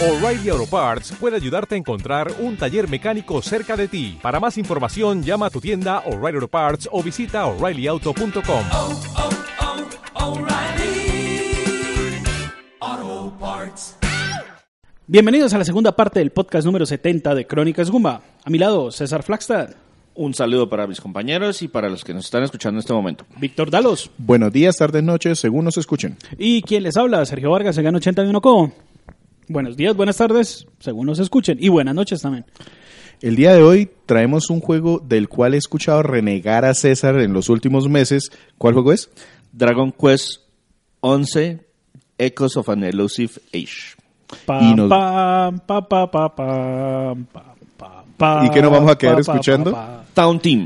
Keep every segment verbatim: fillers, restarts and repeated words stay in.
O'Reilly Auto Parts puede ayudarte a encontrar un taller mecánico cerca de ti. Para más información, llama a tu tienda O'Reilly Auto Parts o visita O'Reilly Auto punto com. Oh, oh, oh, O'Reilly Auto Parts. Bienvenidos a la segunda parte del podcast número setenta de Crónicas Gumba. A mi lado, César Flagstad. Un saludo para mis compañeros y para los que nos están escuchando en este momento. Víctor Dalos. Buenos días, tardes, noches, según nos escuchen. Y quien les habla, Sergio Vargas, Segano ochenta y uno Co. Buenos días, buenas tardes, según nos escuchen. Y buenas noches también. El día de hoy traemos un juego del cual he escuchado renegar a César en los últimos meses. ¿Cuál juego es? Dragon Quest once, Echoes of an Elusive Age. Pa, Y nos- pa, pa, pa, pa, pa, pa, pa, pa, ¿Y qué nos vamos a quedar pa, pa, escuchando? pa, pa. Town Team.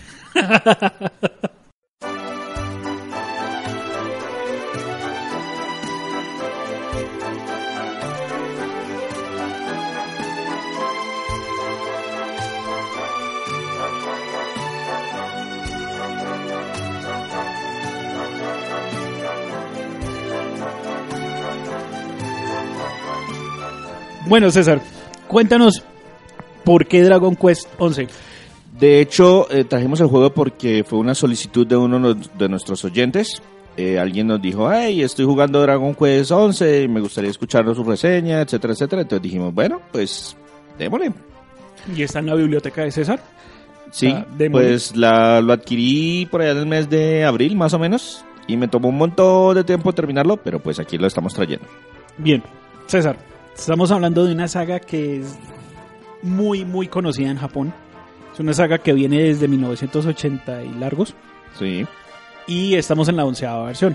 Bueno, César, cuéntanos por qué Dragon Quest once. De hecho, eh, trajimos el juego porque fue una solicitud de uno de nuestros oyentes. Eh, alguien nos dijo, hey, estoy jugando Dragon Quest once y me gustaría escuchar su reseña, etcétera, etcétera. Entonces dijimos, bueno, pues démosle. ¿Y está en la biblioteca de César? Sí, Ah, démosle. pues la, lo adquirí por allá en el mes de abril, más o menos. Y me tomó un montón de tiempo terminarlo, pero pues aquí lo estamos trayendo. Bien, César, estamos hablando de una saga que es muy, muy conocida en Japón. Es una saga que viene desde mil novecientos ochenta y largos. Sí, Y estamos en la onceava versión.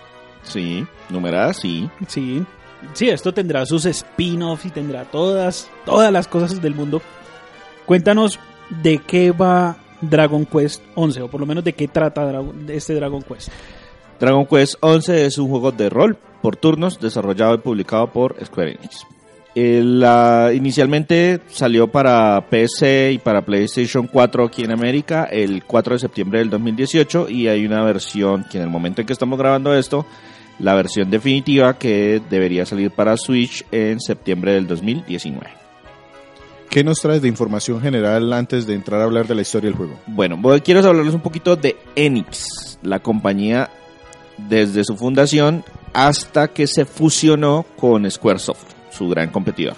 sí, numerada, sí. Sí, sí, esto tendrá sus spin-offs y tendrá todas, todas las cosas del mundo. Cuéntanos de qué va Dragon Quest once, o por lo menos de qué trata Dragon- este Dragon Quest. Dragon Quest once es un juego de rol por turnos desarrollado y publicado por Square Enix. El, ah, inicialmente salió para P C y para PlayStation cuatro aquí en América el cuatro de septiembre del dos mil dieciocho y hay una versión que en el momento en que estamos grabando esto, la versión definitiva que debería salir para Switch en septiembre del dos mil diecinueve. ¿Qué nos traes de información general antes de entrar a hablar de la historia del juego? Bueno, voy- quiero hablarles un poquito de Enix, la compañía desde su fundación hasta que se fusionó con Squaresoft, su gran competidor.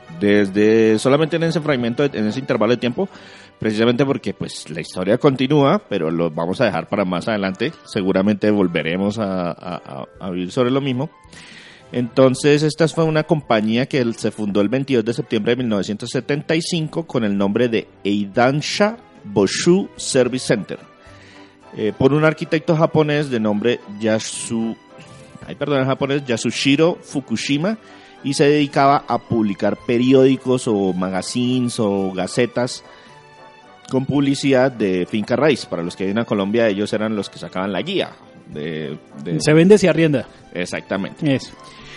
Desde solamente en ese fragmento, de- en ese intervalo de tiempo, precisamente porque pues la historia continúa, pero lo vamos a dejar para más adelante. Seguramente volveremos a, a, a, a hablar sobre lo mismo. Entonces, esta fue una compañía que se fundó el veintidós de septiembre de mil novecientos setenta y cinco con el nombre de Eidansha Boshu Service Center, eh, por un arquitecto japonés de nombre Yasu, ay, perdón, en japonés, Yasushiro Fukushima, y se dedicaba a publicar periódicos o magazines o gacetas con publicidad de finca raíz. Para los que vienen a Colombia, ellos eran los que sacaban la guía. De, de- Se vende, se arrienda. Exactamente. Eso.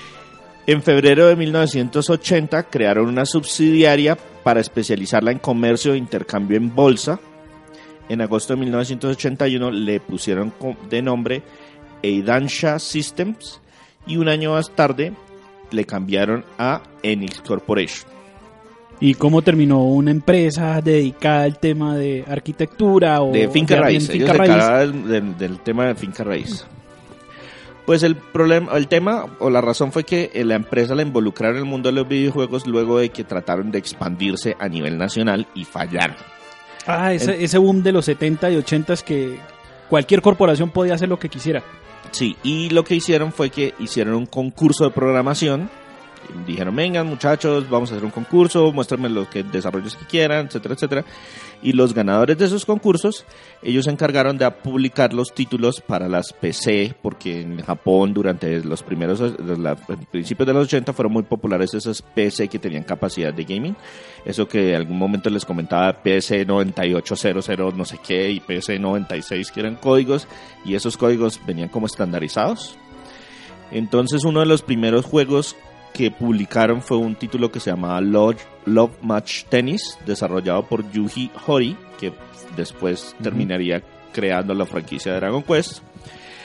En febrero de mil novecientos ochenta crearon una subsidiaria para especializarla en comercio e intercambio en bolsa. En agosto de mil novecientos ochenta y uno le pusieron co- de nombre Eidansha Systems y un año más tarde le cambiaron a Enix Corporation. ¿Y cómo terminó una empresa dedicada al tema de arquitectura o De finca de- raíz, en ellos finca se raíz? encargaban del, del tema de finca raíz. Pues el problema, el tema o la razón fue que eh, la empresa la involucraron en el mundo de los videojuegos luego de que trataron de expandirse a nivel nacional y fallaron. Ah, ese, ese boom de los setenta y ochenta es que cualquier corporación podía hacer lo que quisiera. Sí, y lo que hicieron fue que hicieron un concurso de programación. Dijeron, vengan muchachos, vamos a hacer un concurso, muéstrenme los que, desarrollos que quieran, etcétera, etcétera. Y los ganadores de esos concursos, ellos se encargaron de publicar los títulos para las P C, porque en Japón durante los primeros, los, la, principios de los ochenta fueron muy populares esas P C que tenían capacidad de gaming. Eso que en algún momento les comentaba, P C noventa y ocho cero cero no sé qué y P C noventa y seis, que eran códigos, y esos códigos venían como estandarizados. Entonces uno de los primeros juegos que publicaron fue un título que se llamaba Love, Love Match Tennis, desarrollado por Yuji Horii, que después uh-huh. terminaría creando la franquicia de Dragon Quest.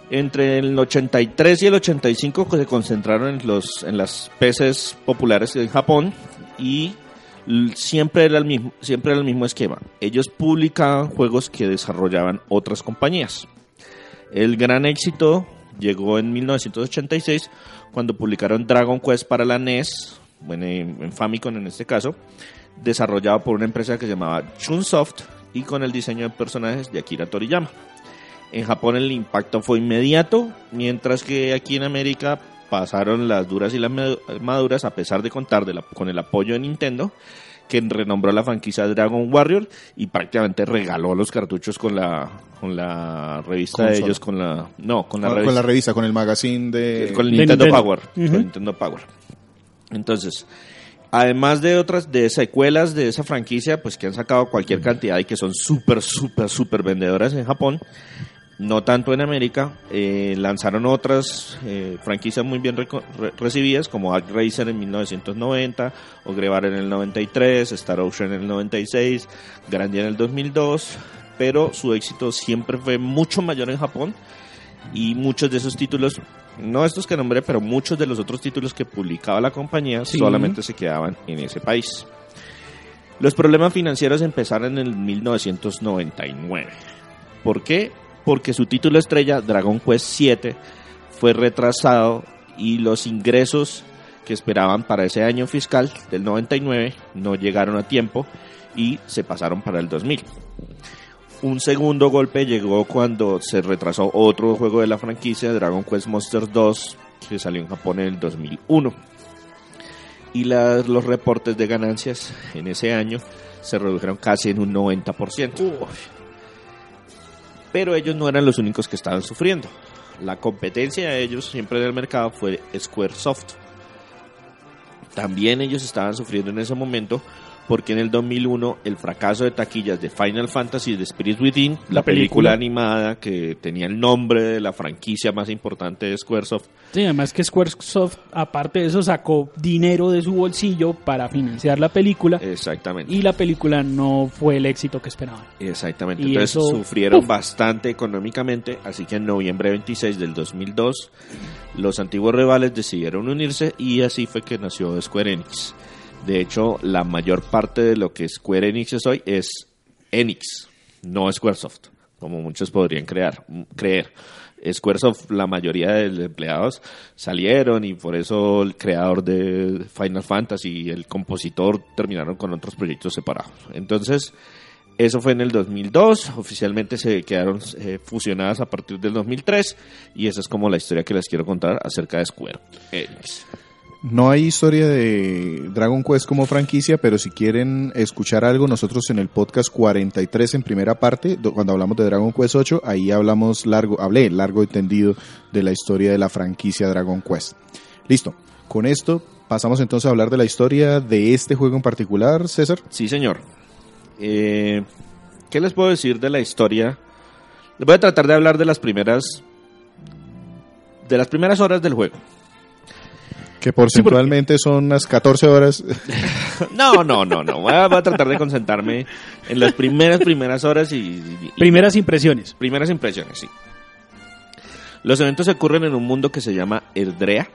Entre el ochenta y tres y el ochenta y cinco se concentraron en, los, en las P Cs populares en Japón y l- siempre era, el mismo, siempre era el mismo esquema. Ellos publicaban juegos que desarrollaban otras compañías. El gran éxito llegó en mil novecientos ochenta y seis cuando publicaron Dragon Quest para la N E S, bueno, en, en Famicom en este caso, desarrollado por una empresa que se llamaba Chunsoft y con el diseño de personajes de Akira Toriyama. En Japón el impacto fue inmediato, mientras que aquí en América pasaron las duras y las maduras a pesar de contar de la, con el apoyo de Nintendo, que renombró la franquicia Dragon Warrior y prácticamente regaló los cartuchos con la con la revista Consola. de ellos, con la no, con la Con, revista, con la revista, con el magazine de... con el de Nintendo, Nintendo. Power, Ujú. con Nintendo Power. Entonces, además de otras de secuelas de esa franquicia, pues que han sacado cualquier cantidad y que son súper, súper, súper vendedoras en Japón, no tanto en América, eh, lanzaron otras eh, franquicias muy bien reco- re- recibidas, como Arc Racer en mil novecientos noventa, Ogrevar en el noventa y tres, Star Ocean en el noventa y seis, Grandia en el dos mil dos, pero su éxito siempre fue mucho mayor en Japón y muchos de esos títulos, no estos que nombré, pero muchos de los otros títulos que publicaba la compañía Sí. solamente se quedaban en ese país. Los problemas financieros empezaron en el mil novecientos noventa y nueve. ¿Por qué? Porque su título estrella, Dragon Quest siete, fue retrasado y los ingresos que esperaban para ese año fiscal del noventa y nueve no llegaron a tiempo y se pasaron para el dos mil. Un segundo golpe llegó cuando se retrasó otro juego de la franquicia, Dragon Quest Monsters dos, que salió en Japón en el dos mil uno. Y la- los reportes de ganancias en ese año se redujeron casi en un noventa por ciento. Pero ellos no eran los únicos que estaban sufriendo. La competencia de ellos siempre en el mercado fue Squaresoft. También ellos estaban sufriendo en ese momento porque en el dos mil uno el fracaso de taquillas de Final Fantasy The Spirit Within, la, La película película. animada que tenía el nombre de la franquicia más importante de Squaresoft, Sí, además que Squaresoft, aparte de eso, sacó dinero de su bolsillo para financiar la película exactamente. y la película no fue el éxito que esperaban. Exactamente, Y entonces eso- sufrieron uf. bastante económicamente, así que en noviembre veintiséis del dos mil dos los antiguos rivales decidieron unirse y así fue que nació Square Enix. De hecho, la mayor parte de lo que Square Enix es hoy es Enix, no Squaresoft, como muchos podrían crear, creer. Squaresoft, la mayoría de los empleados salieron y por eso el creador de Final Fantasy y el compositor terminaron con otros proyectos separados. Entonces, eso fue en el dos mil dos, oficialmente se quedaron eh, fusionadas a partir del dos mil tres y esa es como la historia que les quiero contar acerca de Square Enix. No hay historia de Dragon Quest como franquicia, pero si quieren escuchar algo, nosotros en el podcast cuarenta y tres en primera parte, do- cuando hablamos de Dragon Quest ocho, ahí hablamos largo, hablé largo y tendido de la historia de la franquicia Dragon Quest. Listo. Con esto pasamos entonces a hablar de la historia de este juego en particular, César. Sí, señor. Eh, ¿Qué les puedo decir de la historia? Les voy a tratar de hablar de las primeras de las primeras horas del juego. Que porcentualmente son unas catorce horas. No, no, no, no. Voy a, voy a tratar de concentrarme en las primeras, primeras horas y, y- y- Primeras impresiones. primeras impresiones, sí. Los eventos ocurren en un mundo que se llama Erdrea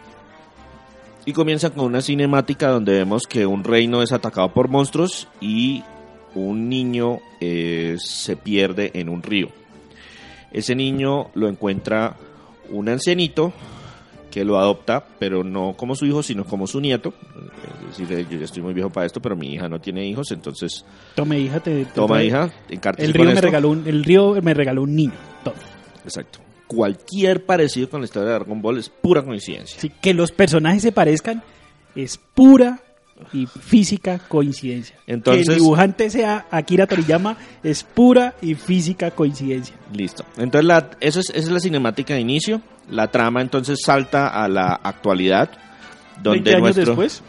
y comienzan con una cinemática donde vemos que un reino es atacado por monstruos y un niño eh, se pierde en un río. Ese niño lo encuentra un ancianito que lo adopta, pero no como su hijo, sino como su nieto. Es decir, yo ya estoy muy viejo para esto, pero mi hija no tiene hijos, entonces Tome, hija, te, te toma, trae- hija, encártese El con río, me esto. regaló un, el río me regaló un niño. Todo. Exacto. Cualquier parecido con la historia de Dragon Ball es pura coincidencia. Sí, que los personajes se parezcan es pura y física coincidencia. Entonces- que el dibujante sea Akira Toriyama es pura y física coincidencia. Listo. Entonces, la, eso es, esa es la cinemática de inicio. La trama entonces salta a la actualidad. Donde veinte años nuestro, después.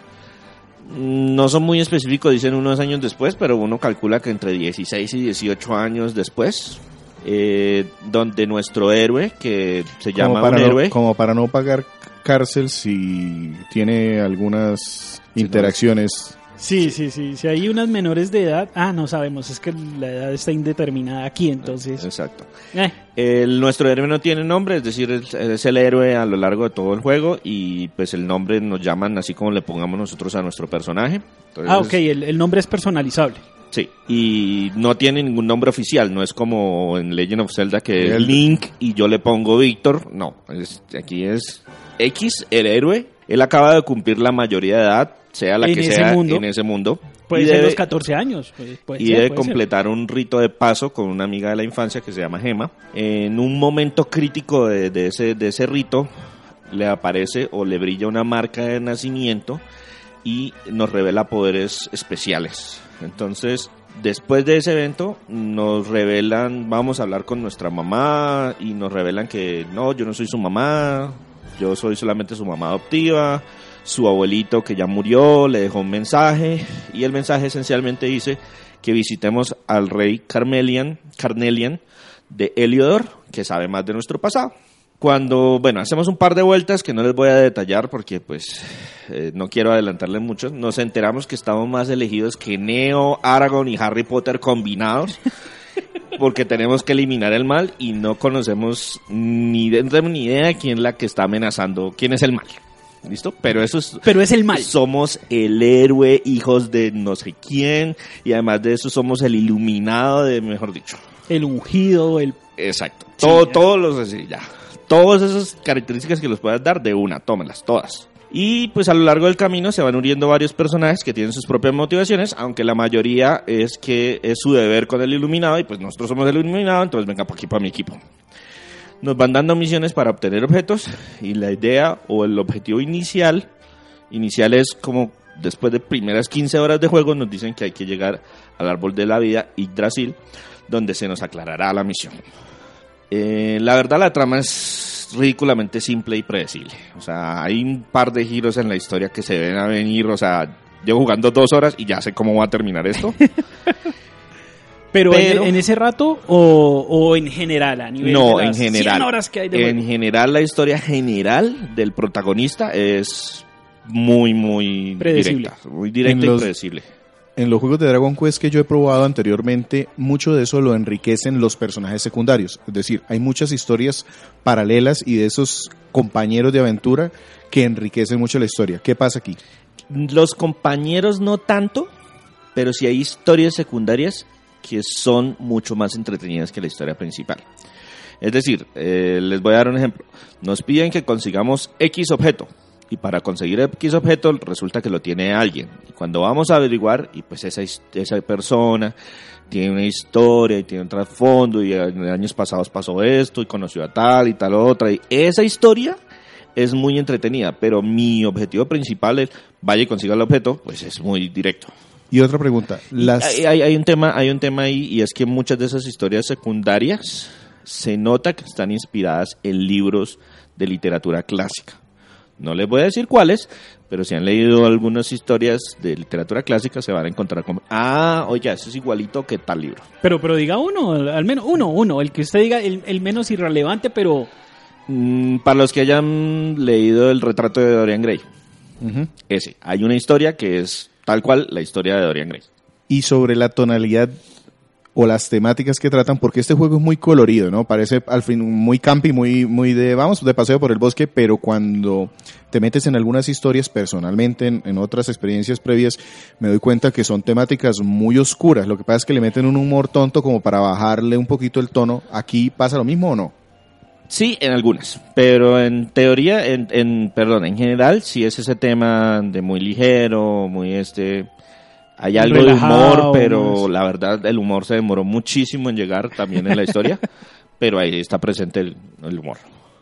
No son muy específicos, dicen unos años después, pero uno calcula que entre dieciséis y dieciocho años después. Eh, donde nuestro héroe, que se Como llama para, un no, héroe. como para no pagar cárcel si tiene algunas Sí, interacciones Sí, sí, sí. Si hay unas menores de edad, ah, no sabemos, es que la edad está indeterminada aquí, entonces. Exacto. Eh, El, nuestro héroe no tiene nombre, es decir, es, es el héroe a lo largo de todo el juego y pues el nombre nos llaman así como le pongamos nosotros a nuestro personaje. Entonces, ah, ok, el, el nombre es personalizable. sí, y no tiene ningún nombre oficial, no es como en Legend of Zelda que es El- Link y yo le pongo Víctor, no, es- aquí es X, el héroe, él acaba de cumplir la mayoría de edad, sea la En que ese sea mundo. en ese mundo. Puede y ser debe- los catorce años. Puede, puede y ser, debe puede ser. completar un rito de paso con una amiga de la infancia que se llama Gema. En un momento crítico de, de ese, de ese rito le aparece o le brilla una marca de nacimiento y nos revela poderes especiales. Entonces, después de ese evento nos revelan, vamos a hablar con nuestra mamá y nos revelan que no, yo no soy su mamá, yo soy solamente su mamá adoptiva. Su abuelito que ya murió le dejó un mensaje y el mensaje esencialmente dice que visitemos al rey Carmelian, Carnelian de Heliodor, que sabe más de nuestro pasado. Cuando, bueno, hacemos un par de vueltas que no les voy a detallar porque pues eh, no quiero adelantarles mucho, nos enteramos que estamos más elegidos que Neo, Aragorn y Harry Potter combinados. Porque tenemos que eliminar el mal y no conocemos ni, no tenemos ni idea de quién es la que está amenazando, quién es el mal. ¿Listo? Pero eso es... Pero es el mal. Somos el héroe, hijos de no sé quién, y además de eso somos el iluminado de, mejor dicho. El ungido, el... Exacto. Sí, Todo, ya. todos los así, ya. Todas esas características que los puedas dar de una, tómalas, todas. Y pues a lo largo del camino se van uniendo varios personajes que tienen sus propias motivaciones, aunque la mayoría es que es su deber con el iluminado, y pues nosotros somos el iluminado, entonces venga por aquí para mi equipo. Nos van dando misiones para obtener objetos y la idea o el objetivo inicial, inicial es como después de primeras quince horas de juego nos dicen que hay que llegar al árbol de la vida Yggdrasil, donde se nos aclarará la misión. Eh, la verdad la trama es ridículamente simple y predecible. O sea, hay un par de giros en la historia que se ven a venir, o sea, llevo jugando dos horas y ya sé cómo va a terminar esto. Pero, Pero- en, en ese rato o, o en general, a nivel No, de en las general. cien horas que hay de En juego. general, la historia general del protagonista es muy, muy Predecible. directa. Muy directa En y los- predecible. En los juegos de Dragon Quest que yo he probado anteriormente, mucho de eso lo enriquecen los personajes secundarios. Es decir, hay muchas historias paralelas y de esos compañeros de aventura que enriquecen mucho la historia. ¿Qué pasa aquí? Los compañeros no tanto, pero sí hay historias secundarias que son mucho más entretenidas que la historia principal. Es decir, eh, les voy a dar un ejemplo. Nos piden que consigamos X objeto. Y para conseguir X objeto resulta que lo tiene alguien. Y cuando vamos a averiguar, y pues esa, his- esa persona tiene una historia y tiene un trasfondo, y en años pasados pasó esto, y conoció a tal y tal otra. Y esa historia es muy entretenida, pero mi objetivo principal es vaya y consiga el objeto, pues es muy directo. Y otra pregunta. Las... Hay, hay- hay un tema, hay un tema ahí, y es que muchas de esas historias secundarias se nota que están inspiradas en libros de literatura clásica. No les voy a decir cuáles, pero si han leído algunas historias de literatura clásica se van a encontrar con, ah, oye, eso es igualito que tal libro. Pero, pero diga uno, al menos uno, uno, el que usted diga el, el menos irrelevante, pero Mm, para los que hayan leído el retrato de Dorian Gray, Ujú. ese, hay una historia que es tal cual la historia de Dorian Gray. Y sobre la tonalidad o las temáticas que tratan, porque este juego es muy colorido, ¿no? Parece al fin muy campi, muy, muy de, vamos, de paseo por el bosque, pero cuando te metes en algunas historias, personalmente, en, en otras experiencias previas, me doy cuenta que son temáticas muy oscuras. Lo que pasa es que le meten un humor tonto como para bajarle un poquito el tono. ¿Aquí pasa lo mismo o no? Sí, en algunas, pero en teoría, en, en perdón, en general, sí es ese tema de muy ligero, muy este... Hay algo Relajado, de humor, pero más. la verdad el humor se demoró muchísimo en llegar también en la historia, pero ahí está presente el, el humor.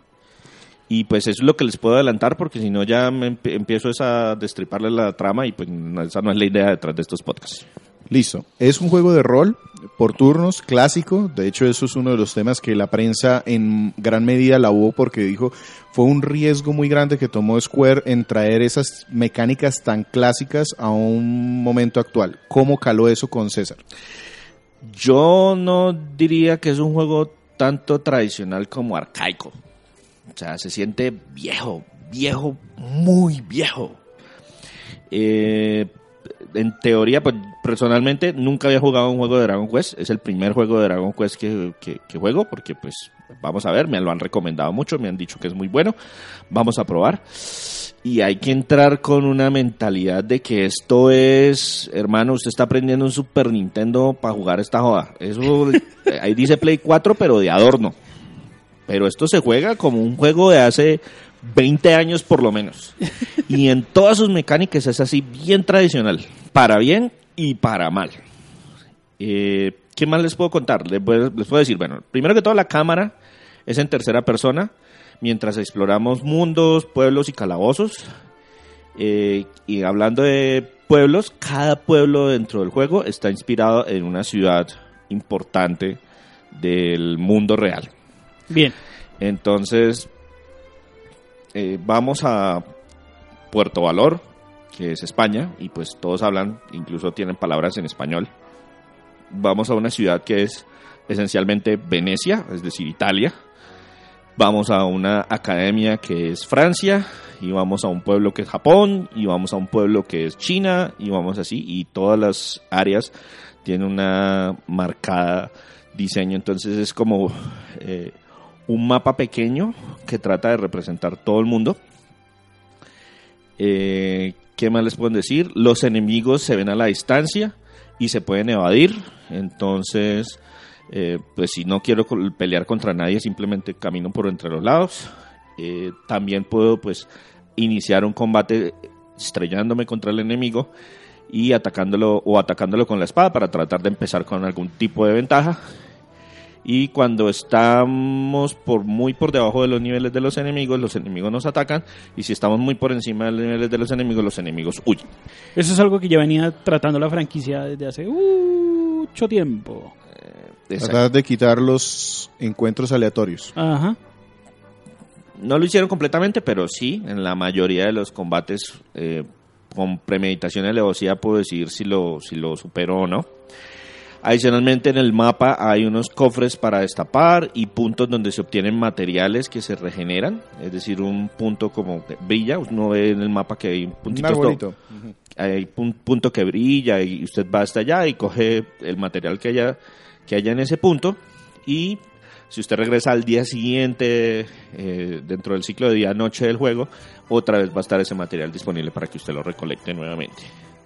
Y pues eso es lo que les puedo adelantar, porque si no ya me emp- empiezo es a destriparles la trama y pues no, esa no es la idea detrás de estos podcasts. Listo. Es un juego de rol por turnos clásico. De hecho, eso es uno de los temas que la prensa en gran medida alabó porque dijo fue un riesgo muy grande que tomó Square en traer esas mecánicas tan clásicas a un momento actual. ¿Cómo caló eso con César? Yo no diría que es un juego tanto tradicional como arcaico. O sea, se siente viejo, viejo, muy viejo. Eh, en teoría, pues personalmente nunca había jugado un juego de Dragon Quest. Es el primer juego de Dragon Quest que, que, que juego, porque pues vamos a ver, me lo han recomendado mucho, me han dicho que es muy bueno. Vamos a probar. Y hay que entrar con una mentalidad de que esto es, hermano, usted está aprendiendo un Super Nintendo para jugar esta joda. Eso, ahí dice Play cuatro, pero de adorno. Pero esto se juega como un juego de hace veinte años por lo menos. Y en todas sus mecánicas es así, bien tradicional. Para bien y para mal. Eh, ¿Qué más les puedo contar? Les, voy, les puedo decir, bueno, primero que todo la cámara es en tercera persona, mientras exploramos mundos, pueblos y calabozos. Eh, y hablando de pueblos, cada pueblo dentro del juego está inspirado en una ciudad importante del mundo real. Bien. Entonces, eh, vamos a Puerto Valor, que es España, y pues todos hablan, incluso tienen palabras en español. Vamos a una ciudad que es esencialmente Venecia, es decir, Italia. Vamos a una academia que es Francia, y vamos a un pueblo que es Japón, y vamos a un pueblo que es China, y vamos así, y todas las áreas tienen una marcada diseño. Entonces es como eh, un mapa pequeño que trata de representar todo el mundo. Eh, ¿Qué más les puedo decir? Los enemigos se ven a la distancia y se pueden evadir. Entonces, eh, pues si no quiero pelear contra nadie, simplemente camino por entre los lados. Eh, también puedo pues iniciar un combate estrellándome contra el enemigo y atacándolo o atacándolo con la espada para tratar de empezar con algún tipo de ventaja. Y cuando estamos por muy por debajo de los niveles de los enemigos, los enemigos nos atacan. Y si estamos muy por encima de los niveles de los enemigos, los enemigos huyen. Eso es algo que ya venía tratando la franquicia desde hace mucho tiempo. Eh, Tratar de quitar los encuentros aleatorios. Ajá. No lo hicieron completamente, pero sí, en la mayoría de los combates, eh, con premeditación y alevosía, puedo decir si lo, si lo supero o no. Adicionalmente, en el mapa hay unos cofres para destapar y puntos donde se obtienen materiales que se regeneran, es decir, un punto como que brilla. Uno ve en el mapa que hay un puntito, Un arbolito. hay un punto que brilla y usted va hasta allá y coge el material que haya, que haya en ese punto. Y si usted regresa al día siguiente, eh, dentro del ciclo de día-noche del juego, otra vez va a estar ese material disponible para que usted lo recolecte nuevamente.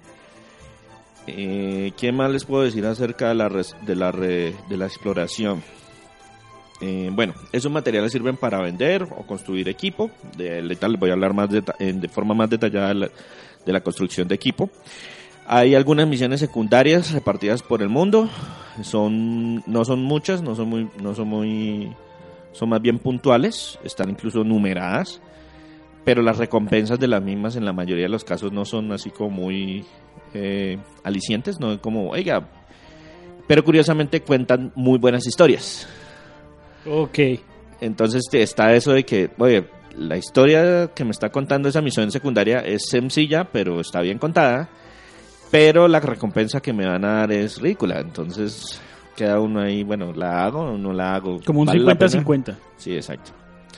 Eh, ¿Qué más les puedo decir acerca de la, res, de la, re, de la exploración? Eh, bueno, esos materiales sirven para vender o construir equipo. De, de tal, voy a hablar más de, de forma más detallada de la, de la construcción de equipo. Hay algunas misiones secundarias repartidas por el mundo. Son, no son muchas, no son muy, no son muy, son más bien puntuales. Están incluso numeradas. Pero las recompensas de las mismas en la mayoría de los casos no son así como muy eh, alicientes, no como, oiga, pero curiosamente cuentan muy buenas historias. Ok. Entonces está eso de que, oye, la historia que me está contando esa misión secundaria es sencilla, pero está bien contada, pero la recompensa que me van a dar es ridícula. Entonces queda uno ahí, bueno, ¿la hago o no la hago? Como un ¿Vale la cincuenta pena? cincuenta. Sí, exacto.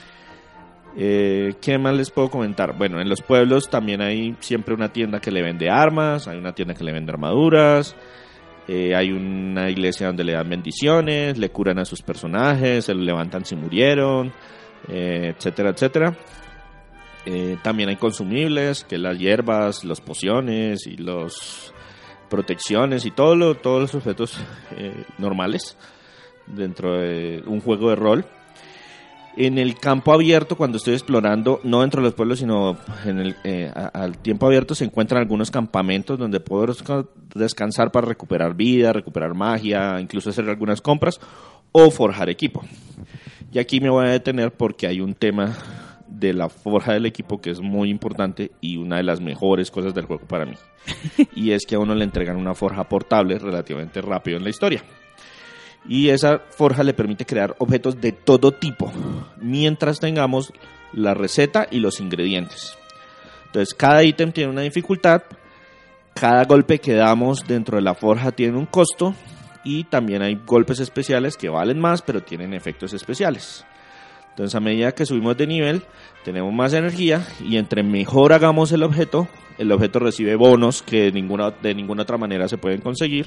Eh, ¿Qué más les puedo comentar? Bueno, en los pueblos también hay siempre una tienda que le vende armas, hay una tienda que le vende armaduras, eh, hay una iglesia donde le dan bendiciones, le curan a sus personajes, se lo levantan si murieron, eh, etcétera, etcétera. Eh, también hay consumibles, que las hierbas, las pociones y las protecciones y todo lo, todos los objetos eh, normales dentro de un juego de rol. En el campo abierto, cuando estoy explorando, no dentro de los pueblos, sino en el, eh, a, al tiempo abierto, se encuentran algunos campamentos donde puedo descansar para recuperar vida, recuperar magia, incluso hacer algunas compras o forjar equipo. Y aquí me voy a detener porque hay un tema de la forja del equipo que es muy importante y una de las mejores cosas del juego para mí. Y es que a uno le entregan una forja portable relativamente rápido en la historia. Y esa forja le permite crear objetos de todo tipo, mientras tengamos la receta y los ingredientes. Entonces, cada ítem tiene una dificultad, cada golpe que damos dentro de la forja tiene un costo, y también hay golpes especiales que valen más, pero tienen efectos especiales. Entonces a medida que subimos de nivel, tenemos más energía y entre mejor hagamos el objeto, el objeto recibe bonos que de ninguna, de ninguna otra manera se pueden conseguir,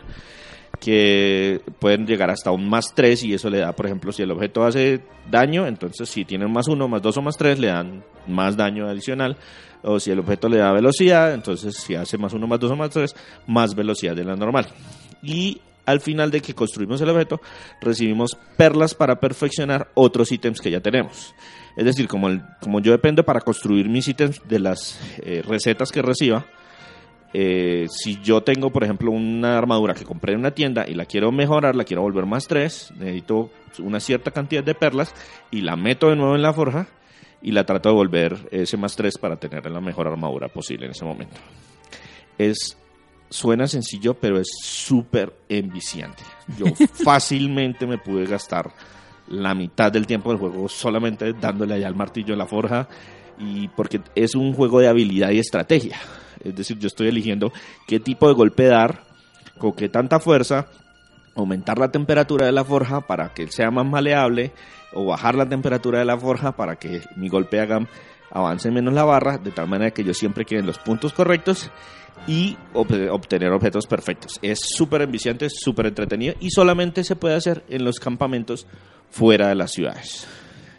que pueden llegar hasta un más tres y eso le da, por ejemplo, si el objeto hace daño, entonces si tiene más uno, más dos o más tres, le dan más daño adicional. O si el objeto le da velocidad, entonces si hace más uno, más dos o más tres, más velocidad de la normal. Y al final de que construimos el objeto, recibimos perlas para perfeccionar otros ítems que ya tenemos. Es decir, como, el, como yo dependo para construir mis ítems de las eh, recetas que reciba, eh, si yo tengo, por ejemplo, una armadura que compré en una tienda y la quiero mejorar, la quiero volver más tres, necesito una cierta cantidad de perlas y la meto de nuevo en la forja y la trato de volver ese más tres para tener la mejor armadura posible en ese momento. Es... Suena sencillo, pero es súper enviciante. Yo fácilmente me pude gastar la mitad del tiempo del juego solamente dándole allá al martillo en la forja, y porque es un juego de habilidad y estrategia. Es decir, yo estoy eligiendo qué tipo de golpe dar, con qué tanta fuerza, aumentar la temperatura de la forja para que sea más maleable, o bajar la temperatura de la forja para que mi golpe haga avance menos la barra, de tal manera que yo siempre quede en los puntos correctos y obtener objetos perfectos. Es súper enviciante, súper entretenido y solamente se puede hacer en los campamentos fuera de las ciudades.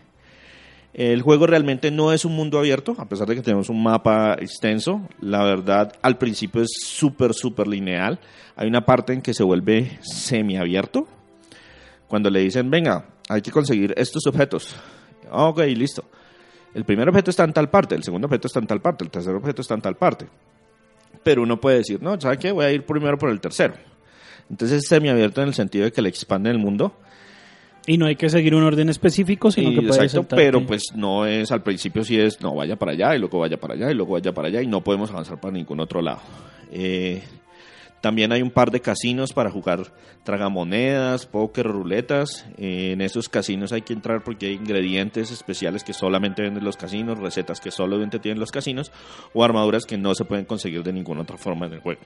El juego realmente no es un mundo abierto, a pesar de que tenemos un mapa extenso. La verdad, al principio es súper, súper lineal. Hay una parte en que se vuelve semiabierto, cuando le dicen, venga, hay que conseguir estos objetos. Ok, listo. El primer objeto está en tal parte, el segundo objeto está en tal parte, el tercer objeto está en tal parte. Pero uno puede decir, no, ¿sabe qué? Voy a ir primero por el tercero. Entonces es semiabierto en el sentido de que le expanden el mundo. Y no hay que seguir un orden específico, sino y, que puede exacto, pero pues no es, al principio sí es, no, vaya para allá, y luego vaya para allá, y luego vaya para allá, y no podemos avanzar para ningún otro lado. Eh, también hay un par de casinos para jugar tragamonedas, póker, ruletas. Eh, en esos casinos hay que entrar porque hay ingredientes especiales que solamente venden los casinos, recetas que solamente tienen los casinos, o armaduras que no se pueden conseguir de ninguna otra forma en el juego.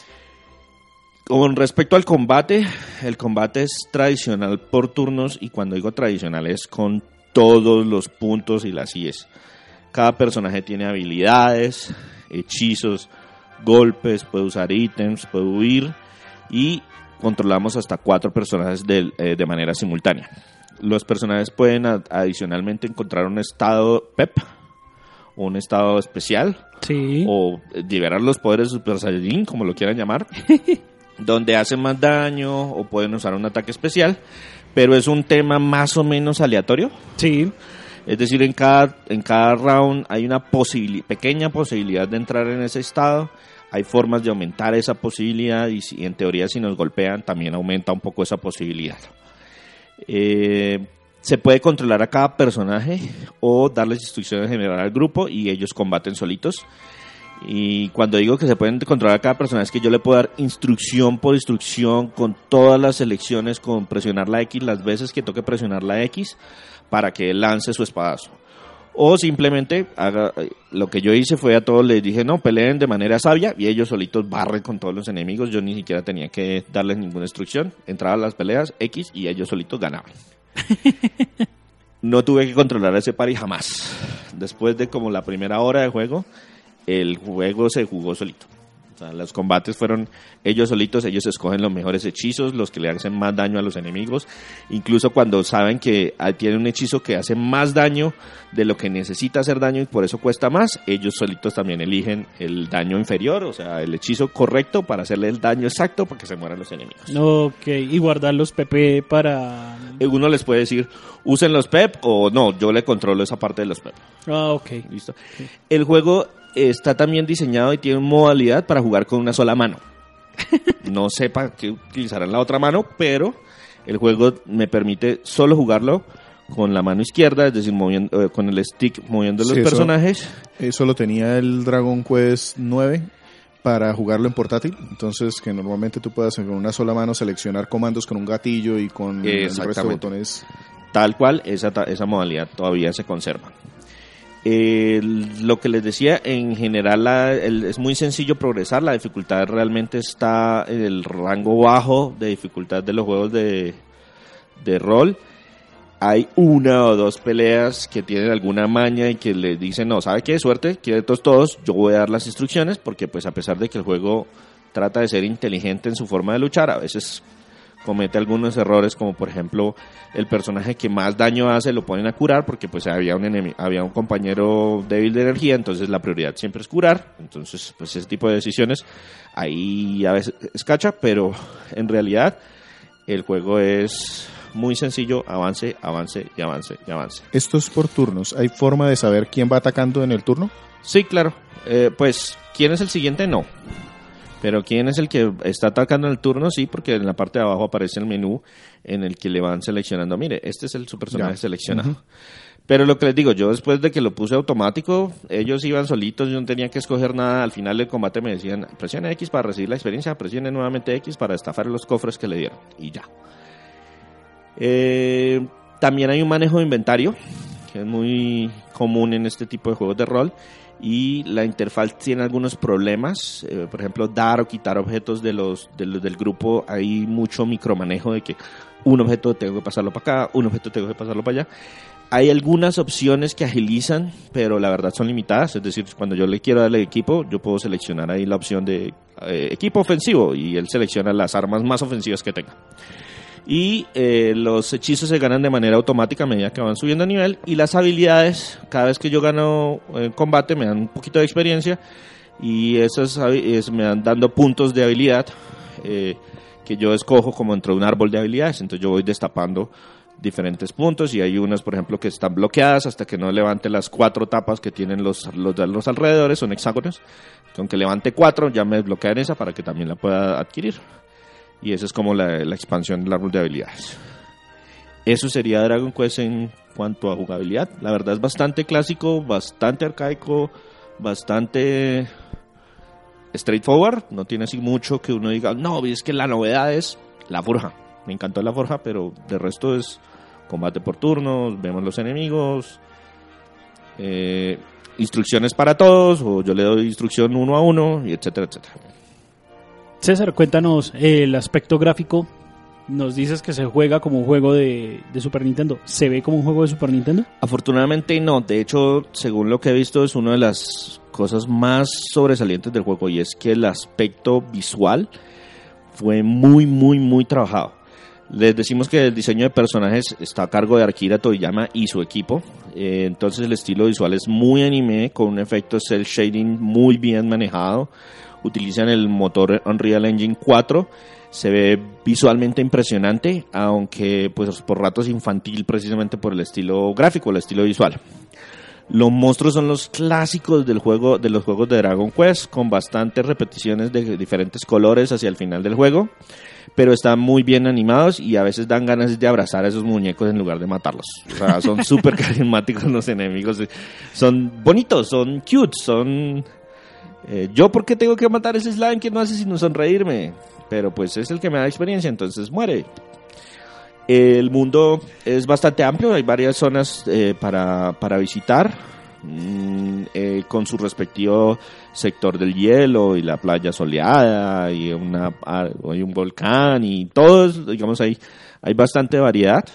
Con respecto al combate, el combate es tradicional por turnos, y cuando digo tradicional es con todos los puntos y las I Es. Cada personaje tiene habilidades, hechizos, golpes, puede usar ítems, puede huir, y controlamos hasta cuatro personajes de, eh, de manera simultánea. Los personajes pueden ad- adicionalmente encontrar un estado P E P o un estado especial, Sí. o liberar los poderes Super Saiyajin, como lo quieran llamar, donde hacen más daño o pueden usar un ataque especial, pero es un tema más o menos aleatorio. Sí. Es decir, en cada, en cada round hay una posibili- pequeña posibilidad de entrar en ese estado. Hay formas de aumentar esa posibilidad y si, en teoría si nos golpean también aumenta un poco esa posibilidad. Eh, se puede controlar a cada personaje o darles instrucciones general al grupo y ellos combaten solitos. Y cuando digo que se pueden controlar a cada personaje es que yo le puedo dar instrucción por instrucción con todas las selecciones, con presionar la X las veces que toque presionar la X para que él lance su espadazo. O simplemente haga, lo que yo hice fue a todos les dije, no, peleen de manera sabia, y ellos solitos barren con todos los enemigos. Yo ni siquiera tenía que darles ninguna instrucción. Entraba a las peleas X y ellos solitos ganaban. No tuve que controlar a ese party jamás. Después de como la primera hora de juego, el juego se jugó solito. O sea, los combates fueron ellos solitos, ellos escogen los mejores hechizos, los que le hacen más daño a los enemigos. Incluso cuando saben que tiene un hechizo que hace más daño de lo que necesita hacer daño y por eso cuesta más, ellos solitos también eligen el daño inferior, o sea, el hechizo correcto para hacerle el daño exacto para que se mueran los enemigos. Ok, y guardar los P P para... Uno les puede decir, usen los P E P o no, yo le controlo esa parte de los P E P. Ah, ok. ¿Listo? El juego está también diseñado y tiene una modalidad para jugar con una sola mano. No sé para qué utilizarán la otra mano, pero el juego me permite solo jugarlo con la mano izquierda, es decir, moviendo, eh, con el stick moviendo los Sí, eso- personajes. Eso lo tenía el Dragon Quest nueve para jugarlo en portátil. Entonces, que normalmente tú puedas con una sola mano seleccionar comandos con un gatillo y con el resto de Exactamente. botones. Tal cual, esa, ta- esa modalidad todavía se conserva. Eh, lo que les decía, en general la- el- es muy sencillo progresar, la dificultad realmente está en el rango bajo de dificultad de los juegos de, de rol. hay una o dos peleas que tienen alguna maña y que le dicen, no, ¿sabe qué? Suerte, quietos todos, yo voy a dar las instrucciones, porque pues a pesar de que el juego trata de ser inteligente en su forma de luchar, a veces comete algunos errores, como por ejemplo el personaje que más daño hace lo ponen a curar porque pues había un enemigo, había un compañero débil de energía, entonces la prioridad siempre es curar. Entonces pues ese tipo de decisiones ahí a veces escacha, pero en realidad el juego es muy sencillo, avance, avance y avance y avance. Esto es por turnos. ¿Hay forma de saber quién va atacando en el turno? Sí, claro. Eh, pues quién es el siguiente, no. Pero quién es el que está atacando en el turno, sí, porque en la parte de abajo aparece el menú en el que le van seleccionando. Mire, este es el su personaje Ya. seleccionado. Uh-huh. Pero lo que les digo, yo después de que lo puse automático, ellos iban solitos, yo no tenía que escoger nada. Al final del combate me decían, presione X para recibir la experiencia, presione nuevamente X para destafar los cofres que le dieron. Y ya. Eh, también hay un manejo de inventario, que es muy común en este tipo de juegos de rol. Y la interfaz tiene algunos problemas, eh, por ejemplo, dar o quitar objetos de los, de los del grupo. Hay mucho micromanejo de que un objeto tengo que pasarlo para acá, un objeto tengo que pasarlo para allá. Hay algunas opciones que agilizan, pero la verdad son limitadas. Es decir, cuando yo le quiero darle equipo, yo puedo seleccionar ahí la opción de eh, equipo ofensivo y él selecciona las armas más ofensivas que tenga. Y eh, los hechizos se ganan de manera automática a medida que van subiendo a nivel, y las habilidades, cada vez que yo gano eh, combate me dan un poquito de experiencia, y esas es, me dan dando puntos de habilidad eh, que yo escojo como dentro de un árbol de habilidades. Entonces yo voy destapando diferentes puntos, y hay unas, por ejemplo, que están bloqueadas hasta que no levante las cuatro tapas que tienen los, los de los alrededores, son hexágonos, que aunque levante cuatro ya me desbloquean esa para que también la pueda adquirir. Y esa es como la, la expansión del árbol de habilidades. Eso sería Dragon Quest en cuanto a jugabilidad. La verdad es bastante clásico, bastante arcaico, bastante straightforward. No tiene así mucho que uno diga, no, es que la novedad es la forja. Me encantó la forja, pero de resto es combate por turnos, vemos los enemigos, eh, instrucciones para todos, o yo le doy instrucción uno a uno, y etcétera, etcétera. César, cuéntanos eh, el aspecto gráfico. Nos dices que se juega como un juego de, de Super Nintendo. ¿Se ve como un juego de Super Nintendo? Afortunadamente no. De hecho, según lo que he visto, es una de las cosas más sobresalientes del juego, y es que el aspecto visual fue muy, muy, muy trabajado. Les decimos que el diseño de personajes está a cargo de Akira Toriyama y su equipo. Eh, entonces el estilo visual es muy anime, con un efecto cel shading muy bien manejado. Utilizan el motor Unreal Engine cuatro, se ve visualmente impresionante, aunque pues por ratos infantil, precisamente por el estilo gráfico, el estilo visual. Los monstruos son los clásicos del juego, de los juegos de Dragon Quest, con bastantes repeticiones de diferentes colores hacia el final del juego, pero están muy bien animados y a veces dan ganas de abrazar a esos muñecos en lugar de matarlos. O sea, son súper carismáticos los enemigos, son bonitos, son cute, son... Eh, yo, ¿por qué tengo que matar a ese slime que no hace sino sonreírme? Pero pues es el que me da experiencia, entonces muere. El mundo es bastante amplio, hay varias zonas eh, para, para visitar, mm, eh, con su respectivo sector del hielo y la playa soleada y una, hay un volcán y todos, digamos, hay, hay bastante variedad.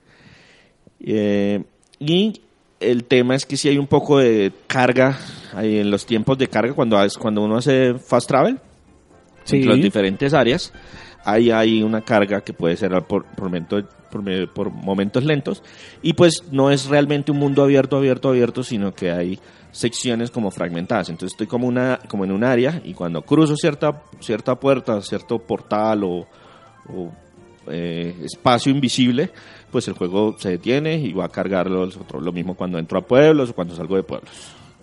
Eh, y el tema es que si hay un poco de carga ahí en los tiempos de carga cuando, cuando uno hace fast travel, Sí. entre las diferentes áreas. Ahí hay una carga que puede ser por, por, momento, por, por momentos lentos, y pues no es realmente un mundo abierto, abierto, abierto, sino que hay secciones como fragmentadas. Entonces estoy como, una, como en un área, y cuando cruzo cierta, cierta puerta, cierto portal o, o eh, espacio invisible, pues el juego se detiene y va a cargar los otros. Lo mismo cuando entro a pueblos o cuando salgo de pueblos.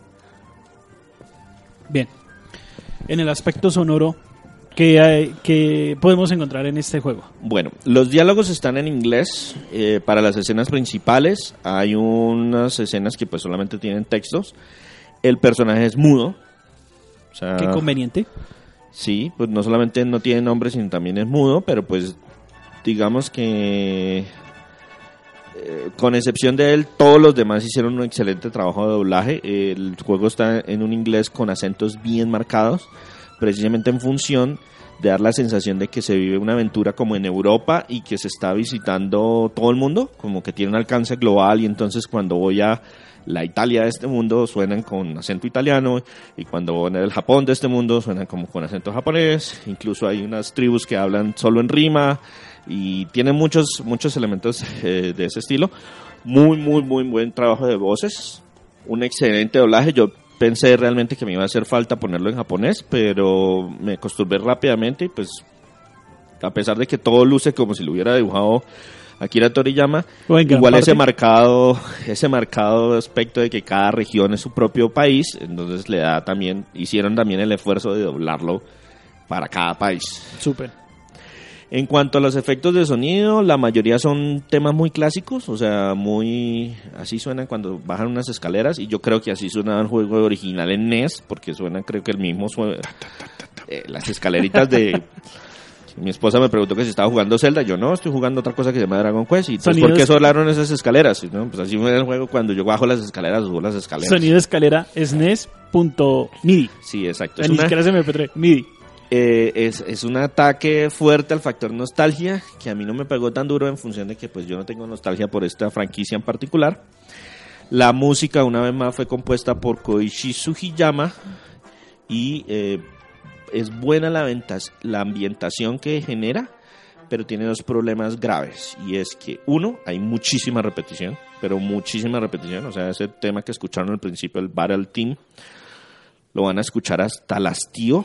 Bien. En el aspecto sonoro, ¿qué, hay, qué podemos encontrar en este juego? Bueno, los diálogos están en inglés. Eh, para las escenas principales hay unas escenas que pues solamente tienen textos. El personaje es mudo. O sea, Qué conveniente. sí, pues no solamente no tiene nombre, sino también es mudo, pero pues digamos que eh, con excepción de él, todos los demás hicieron un excelente trabajo de doblaje. El juego está en un inglés con acentos bien marcados, precisamente en función de dar la sensación de que se vive una aventura como en Europa y que se está visitando todo el mundo, como que tiene un alcance global, y entonces cuando voy a la Italia de este mundo suenan con acento italiano, y cuando voy al Japón de este mundo suenan como con acento japonés. Incluso hay unas tribus que hablan solo en rima y tienen muchos muchos elementos eh, de ese estilo. Muy, muy, muy buen trabajo de voces, un excelente doblaje. Yo pensé realmente que me iba a hacer falta ponerlo en japonés, pero me acostumbré rápidamente y pues a pesar de que todo luce como si lo hubiera dibujado Akira Toriyama, igual ese marcado ese marcado aspecto de que cada región es su propio país, entonces le da también, hicieron también el esfuerzo de doblarlo para cada país. Súper. En cuanto a los efectos de sonido, la mayoría son temas muy clásicos, o sea, muy así suenan cuando bajan unas escaleras, y yo creo que así sonaba el juego original en N E S, porque suenan, creo que el mismo suena, eh, las escaleritas de... Mi esposa me preguntó que si estaba jugando Zelda. Yo no, estoy jugando otra cosa que se llama Dragon Quest. Y entonces, ¿por qué sonaron esas escaleras? ¿No? Pues así fue el juego. Cuando yo bajo las escaleras, subo las escaleras. Sonido de escalera S N E S punto M I D I. Sí, exacto. Es Ni una, siquiera es M P tres, M I D I. Eh, es, es un ataque fuerte al factor nostalgia, que a mí no me pegó tan duro en función de que pues yo no tengo nostalgia por esta franquicia en particular. La música, una vez más, fue compuesta por Koichi Sugiyama y... Eh, es buena la, ventas, la ambientación que genera, pero tiene dos problemas graves, y es que uno, hay muchísima repetición, pero muchísima repetición, o sea, ese tema que escucharon al principio, el Battle Theme, lo van a escuchar hasta el hastío,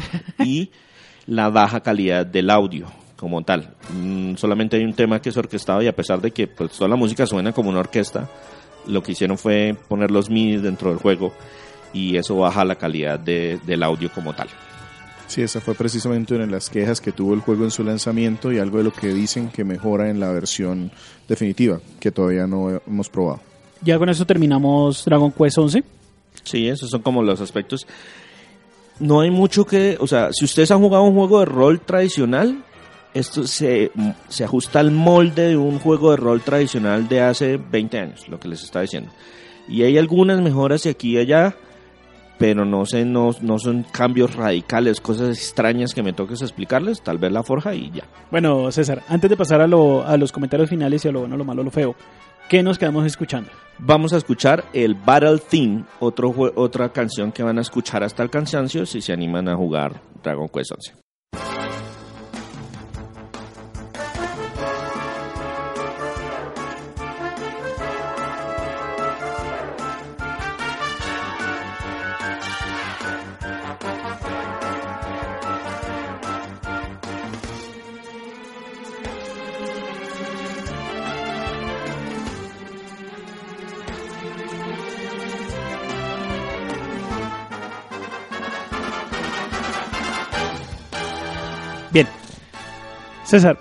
y la baja calidad del audio como tal. Mm, solamente hay un tema que es orquestado, y a pesar de que pues, toda la música suena como una orquesta, lo que hicieron fue poner los M I D I dentro del juego, y eso baja la calidad de, del audio como tal. Sí, esa fue precisamente una de las quejas que tuvo el juego en su lanzamiento, y algo de lo que dicen que mejora en la versión definitiva, que todavía no hemos probado. Ya con eso terminamos Dragon Quest once. Sí, esos son como los aspectos. No hay mucho que... O sea, si ustedes han jugado un juego de rol tradicional, esto se, se ajusta al molde de un juego de rol tradicional de hace veinte años, lo que les estaba diciendo. Y hay algunas mejoras de aquí y allá, pero no sé, no, no son cambios radicales, cosas extrañas que me toques explicarles, tal vez la forja y ya. Bueno, César, antes de pasar a, lo, a los comentarios finales y a lo bueno, lo malo, lo feo, ¿qué nos quedamos escuchando? Vamos a escuchar el Battle Theme, otro, otra canción que van a escuchar hasta el cansancio si se animan a jugar Dragon Quest once. Bien, César,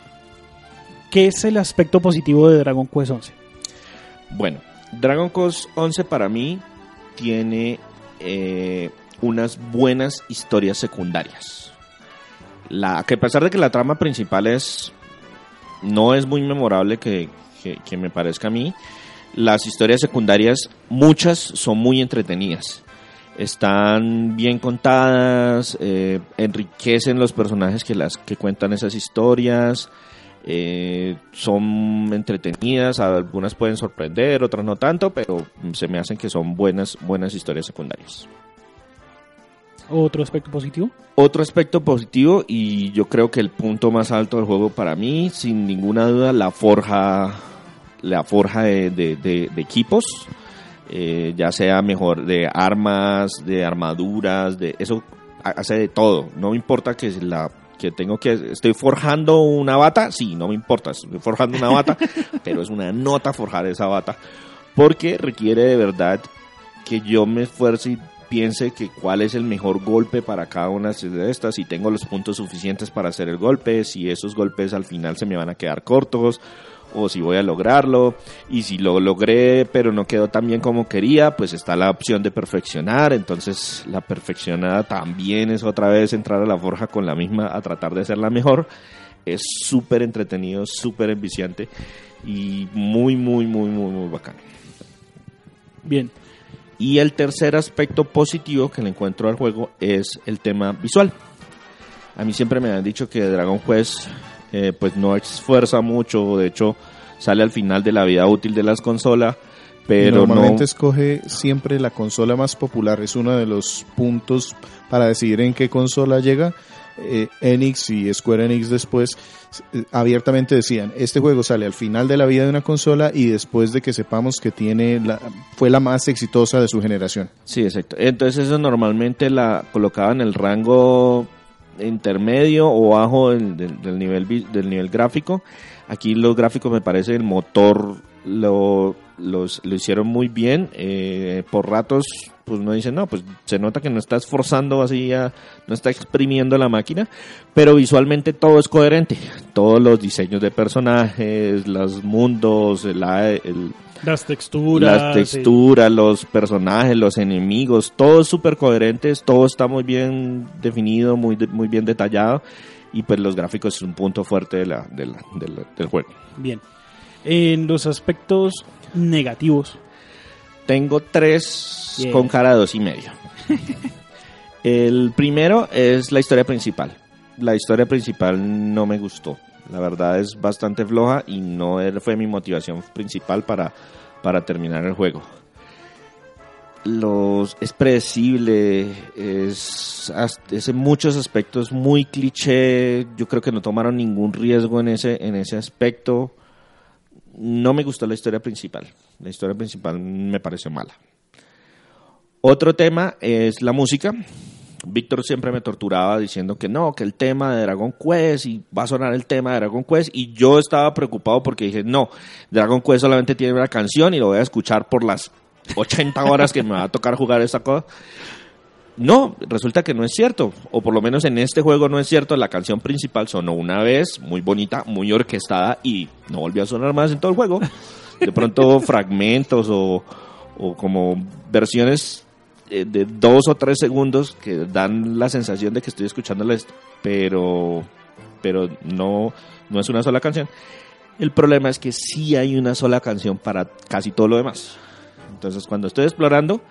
¿qué es el aspecto positivo de Dragon Quest once? Bueno, Dragon Quest once para mí tiene eh, unas buenas historias secundarias. La, que a pesar de que la trama principal es no es muy memorable, que, que, que me parezca a mí, las historias secundarias, muchas son muy entretenidas. Están bien contadas, eh, enriquecen los personajes que las que cuentan esas historias, eh, son entretenidas, algunas pueden sorprender, otras no tanto, pero se me hacen que son buenas, buenas historias secundarias. ¿Otro aspecto positivo? Otro aspecto positivo, y yo creo que el punto más alto del juego para mí, sin ninguna duda, la forja, la forja de, de, de, de equipos. Eh, ya sea mejor de armas, de armaduras, de eso hace de todo. No me importa que la que tengo que estoy forjando una bata, sí, no me importa, estoy forjando una bata, pero es una nota forjar esa bata, porque requiere de verdad que yo me esfuerce y piense que cuál es el mejor golpe para cada una de estas, si tengo los puntos suficientes para hacer el golpe, si esos golpes al final se me van a quedar cortos, o si voy a lograrlo, y si lo logré pero no quedó tan bien como quería, pues está la opción de perfeccionar. Entonces la perfeccionada también es otra vez entrar a la forja con la misma, a tratar de hacerla mejor. Es súper entretenido, súper enviciante y muy, muy, muy, muy, muy bacano. Bien. Y el tercer aspecto positivo que le encuentro al juego es el tema visual. A mí siempre me han dicho que Dragon Quest eh, pues no esfuerza mucho, de hecho sale al final de la vida útil de las consolas, pero normalmente no... escoge siempre la consola más popular, es uno de los puntos para decidir en qué consola llega. eh, Enix y Square Enix después eh, abiertamente decían, este juego sale al final de la vida de una consola y después de que sepamos que tiene la, fue la más exitosa de su generación. Sí, exacto. Entonces eso normalmente la colocaba en el rango intermedio o bajo del, del, del nivel vi- del nivel gráfico. Aquí los gráficos, me parece, el motor lo, los, lo hicieron muy bien. Eh, por ratos, pues uno dice, no, pues se nota que no está esforzando así, ya, no está exprimiendo la máquina, pero visualmente todo es coherente. Todos los diseños de personajes, los mundos, el, el Las texturas. las texturas, los personajes, los enemigos, todo es súper coherente, todo está muy bien definido, muy, de- muy bien detallado. Y pues los gráficos es un punto fuerte de la, de la- de la- del juego. Bien. En los aspectos negativos. Tengo tres Bien. con cara de dos y medio. El primero es la historia principal. La historia principal no me gustó. La verdad es bastante floja y no era- fue mi motivación principal para, para terminar el juego. Los, es predecible, es, es en muchos aspectos muy cliché. Yo creo que no tomaron ningún riesgo en ese, en ese aspecto. No me gustó la historia principal. La historia principal me pareció mala. Otro tema es la música. Víctor siempre me torturaba diciendo que no, que el tema de Dragon Quest, y va a sonar el tema de Dragon Quest, y yo estaba preocupado porque dije, no, Dragon Quest solamente tiene una canción y lo voy a escuchar por las ochenta horas que me va a tocar jugar esta cosa. No, resulta que no es cierto, o por lo menos en este juego no es cierto. La canción principal sonó una vez, muy bonita, muy orquestada, y no volvió a sonar más en todo el juego. De pronto fragmentos o, o como versiones eh, de dos o tres segundos que dan la sensación de que estoy escuchándola, pero, pero no, no es una sola canción. El problema es que sí hay una sola canción para casi todo lo demás. Entonces, cuando estoy explorando,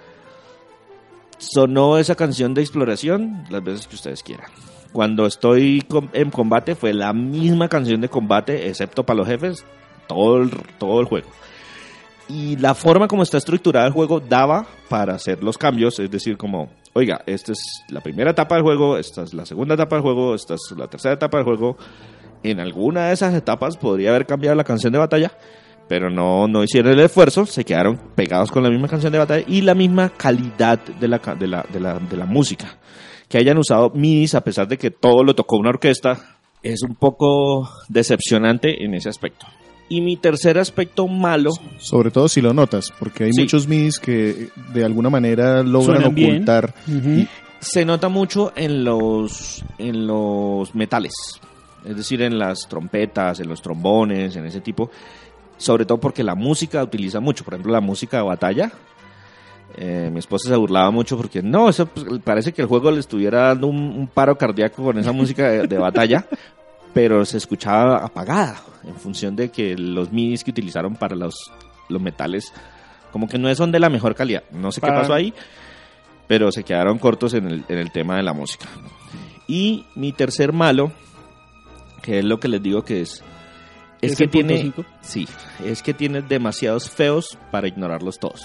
sonó esa canción de exploración las veces que ustedes quieran. Cuando estoy com- en combate, fue la misma canción de combate, excepto para los jefes, todo el, todo el juego. Y la forma como está estructurado el juego daba para hacer los cambios, es decir, como, oiga, esta es la primera etapa del juego, esta es la segunda etapa del juego, esta es la tercera etapa del juego. En alguna de esas etapas podría haber cambiado la canción de batalla, pero no, no hicieron el esfuerzo, se quedaron pegados con la misma canción de batalla y la misma calidad de la, de la, de la, de la música. Que hayan usado M I D Is a pesar de que todo lo tocó una orquesta, es un poco decepcionante en ese aspecto. Y mi tercer aspecto malo, Sobre todo si lo notas, porque hay Sí. muchos M I D Is que de alguna manera logran Suenan bien. ocultar. Ujú. se nota mucho en los, en los metales, es decir, en las trompetas, en los trombones, en ese tipo, sobre todo porque la música utiliza mucho, por ejemplo, la música de batalla. Eh, mi esposa se burlaba mucho porque no, eso pues, parece que el juego le estuviera dando un, un paro cardíaco con esa música de, de batalla, pero se escuchaba apagada en función de que los M I D Is que utilizaron para los, los metales como que no son de la mejor calidad. No sé Para- qué pasó ahí, pero se quedaron cortos en el, en el tema de la música. Y mi tercer malo, que es lo que les digo que es, es ¿Es que el punto tiene, cinco? sí, es que tiene demasiados feos para ignorarlos todos.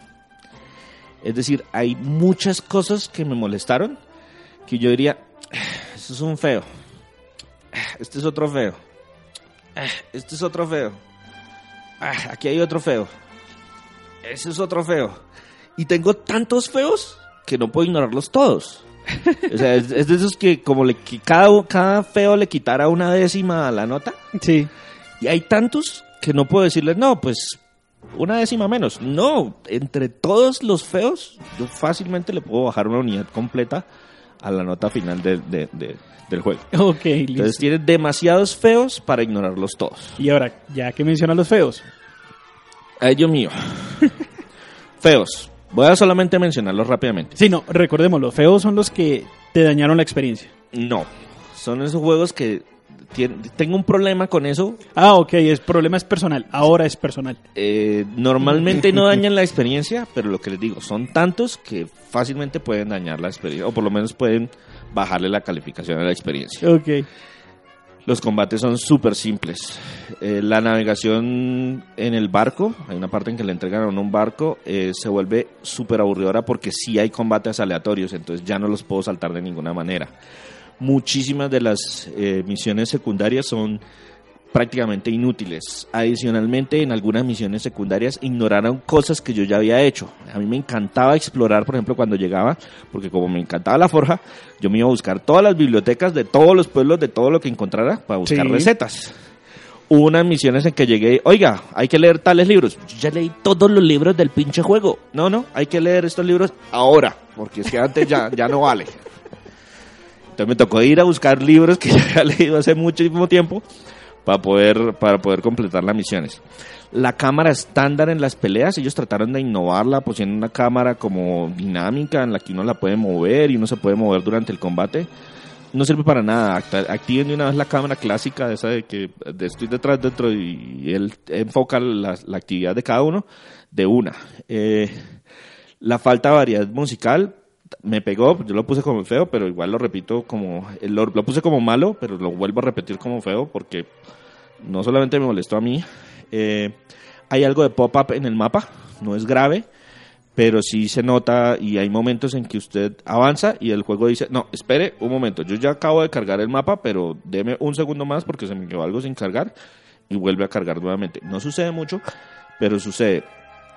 Es decir, hay muchas cosas que me molestaron que yo diría, eso es un feo, este es otro feo, este es otro feo, aquí hay otro feo, ese es otro feo. Y tengo tantos feos que no puedo ignorarlos todos. O sea, es, es de esos que como le, que cada, cada feo le quitara una décima a la nota. Sí. Y hay tantos que no puedo decirles, no, pues una décima menos. No, entre todos los feos, yo fácilmente le puedo bajar una unidad completa a la nota final de, de- de- del juego. Ok, Entonces listo. tiene demasiados feos para ignorarlos todos. Y ahora, ya que mencionas los feos. Ay, Dios mío. Feos. Voy a solamente mencionarlos rápidamente. Sí, no, recordemos, los feos son los que te dañaron la experiencia. No, son esos juegos que tiene- tengo un problema con eso. Ah, ok, el problema es personal, ahora es personal. Eh, normalmente no dañan la experiencia, pero lo que les digo, son tantos que fácilmente pueden dañar la experiencia, o por lo menos pueden bajarle la calificación a la experiencia. Ok. Los combates son súper simples. Eh, la navegación en el barco, hay una parte en que le entregan a uno un barco, eh, se vuelve súper aburridora porque sí hay combates aleatorios, entonces ya no los puedo saltar de ninguna manera. Muchísimas de las eh, misiones secundarias son prácticamente inútiles. Adicionalmente, en algunas misiones secundarias ignoraron cosas que yo ya había hecho. A mí me encantaba explorar, por ejemplo, cuando llegaba, porque como me encantaba la forja, yo me iba a buscar todas las bibliotecas de todos los pueblos, de todo lo que encontrara, para buscar Sí. recetas. Hubo unas misiones en que llegué, oiga, hay que leer tales libros. Yo ya leí todos los libros del pinche juego. No, no, hay que leer estos libros ahora, porque es que antes ya, ya no vale. Entonces me tocó ir a buscar libros que ya había leído hace muchísimo tiempo para poder, para poder completar las misiones. La cámara estándar en las peleas, ellos trataron de innovarla, pusieron una cámara como dinámica en la que uno la puede mover y uno se puede mover durante el combate. No sirve para nada. Acta- Activen de una vez la cámara clásica, esa de que de estoy detrás dentro y él enfoca la, la actividad de cada uno de una. Eh, la falta de variedad musical me pegó, yo lo puse como feo, pero igual lo repito como, lo, lo puse como malo, pero lo vuelvo a repetir como feo porque no solamente me molestó a mí. Eh, hay algo de pop-up en el mapa, no es grave, pero sí se nota y hay momentos en que usted avanza y el juego dice, no, espere un momento, yo ya acabo de cargar el mapa, pero deme un segundo más porque se me quedó algo sin cargar y vuelve a cargar nuevamente. No sucede mucho, pero sucede.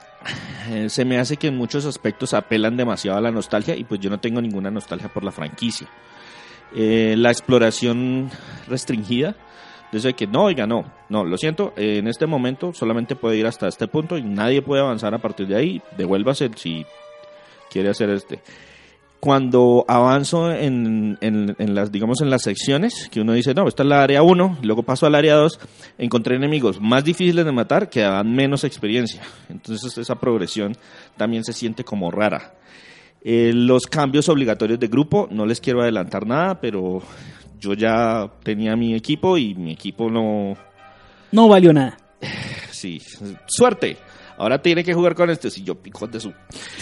Eh, se me hace que en muchos aspectos apelan demasiado a la nostalgia y pues yo no tengo ninguna nostalgia por la franquicia. Eh, la exploración restringida, de eso de que no, oiga, no, no, lo siento, eh, en este momento solamente puede ir hasta este punto y nadie puede avanzar a partir de ahí, devuélvase si quiere hacer este. Cuando avanzo en, en, en las, digamos, en las secciones, que uno dice, no, esta es la área uno, luego paso al área dos, encontré enemigos más difíciles de matar que daban menos experiencia. Entonces esa progresión también se siente como rara. Eh, los cambios obligatorios de grupo, no les quiero adelantar nada, pero yo ya tenía mi equipo y mi equipo no... No valió nada. Sí, suerte. Ahora tiene que jugar con este, si yo pico de su...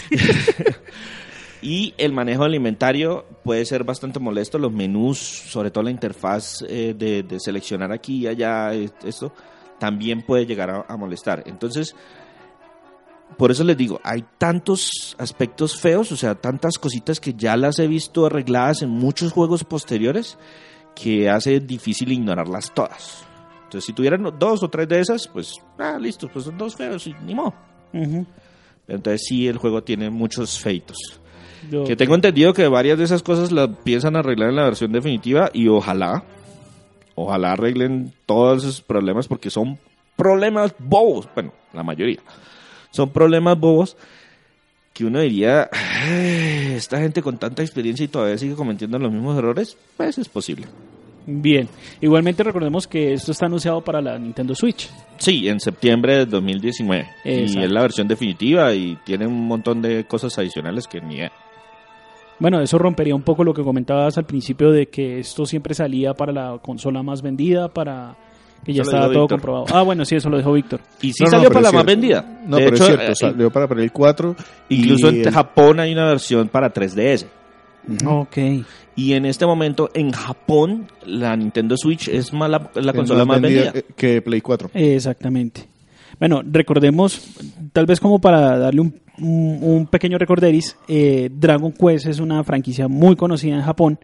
Y el manejo alimentario puede ser bastante molesto. Los menús, sobre todo la interfaz eh, de, de seleccionar aquí y allá, eh, esto también puede llegar a, a molestar. Entonces, por eso les digo, hay tantos aspectos feos, o sea, tantas cositas que ya las he visto arregladas en muchos juegos posteriores que hace difícil ignorarlas todas. Entonces, si tuvieran dos o tres de esas, pues, ah, listo, pues son dos feos y ni modo. Ujú. Entonces, sí, el juego tiene muchos feitos. Yo- Que tengo entendido que varias de esas cosas las piensan arreglar en la versión definitiva y ojalá, ojalá arreglen todos esos problemas porque son problemas bobos, bueno, la mayoría. Son problemas bobos que uno diría, "Ay, esta gente con tanta experiencia y todavía sigue cometiendo los mismos errores", pues es posible. Bien. Igualmente recordemos que esto está anunciado para la Nintendo Switch. Sí, en septiembre de dos mil diecinueve. Y Exacto. es la versión definitiva y tiene un montón de cosas adicionales que ni idea. Bueno, eso rompería un poco lo que comentabas al principio de que esto siempre salía para la consola más vendida, para que ya Eso lo estaba dijo todo Víctor. comprobado. Ah, bueno, sí, eso lo dijo Víctor. Y sí No, no, salió pero para la es más cierto. vendida. No, De pero hecho, es cierto, eh, salió para Play cuatro. incluso y en el- Japón hay una versión para tres D S. Ok. Y en este momento en Japón la Nintendo Switch es más la, la es consola más vendida. eh, que Play cuatro. Exactamente. Bueno, recordemos, tal vez como para darle un, un, un pequeño recorderis, eh, Dragon Quest es una franquicia muy conocida en Japón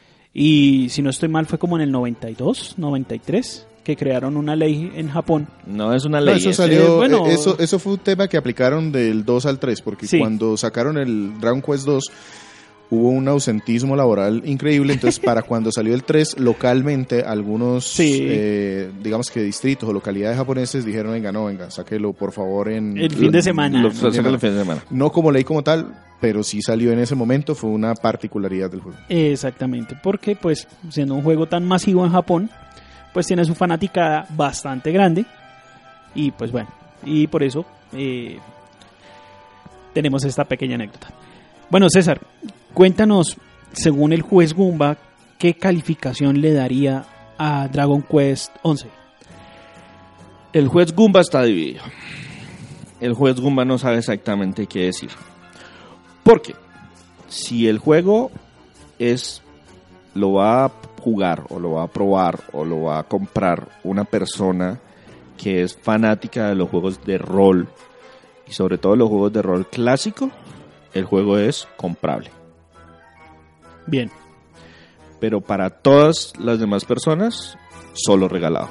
y si no estoy mal fue como en el noventa y dos, noventa y tres que crearon una ley en Japón. No es una No, ley. eso es- salió, eh, bueno. eh, eso, eso fue un tema que aplicaron del dos al tres, porque Sí. cuando sacaron el Dragon Quest dos hubo un ausentismo laboral increíble, entonces para cuando salió el tres, localmente algunos, Sí. eh, digamos que distritos o localidades japoneses dijeron, venga, no, venga, sáquelo por favor en... El fin de semana. Lo sacan el fin de semana. No como ley como tal, pero sí salió en ese momento, fue una particularidad del juego. Exactamente, porque pues siendo un juego tan masivo en Japón, pues tiene su fanaticada bastante grande y pues bueno, y por eso eh, tenemos esta pequeña anécdota. Bueno, César, cuéntanos, según el juez Goomba, ¿qué calificación le daría a Dragon Quest once? El juez Goomba está dividido. El juez Goomba no sabe exactamente qué decir. Porque si el juego es lo va a jugar o lo va a probar o lo va a comprar una persona que es fanática de los juegos de rol y sobre todo los juegos de rol clásico, el juego es comprable. Bien. Pero para todas las demás personas, solo regalado.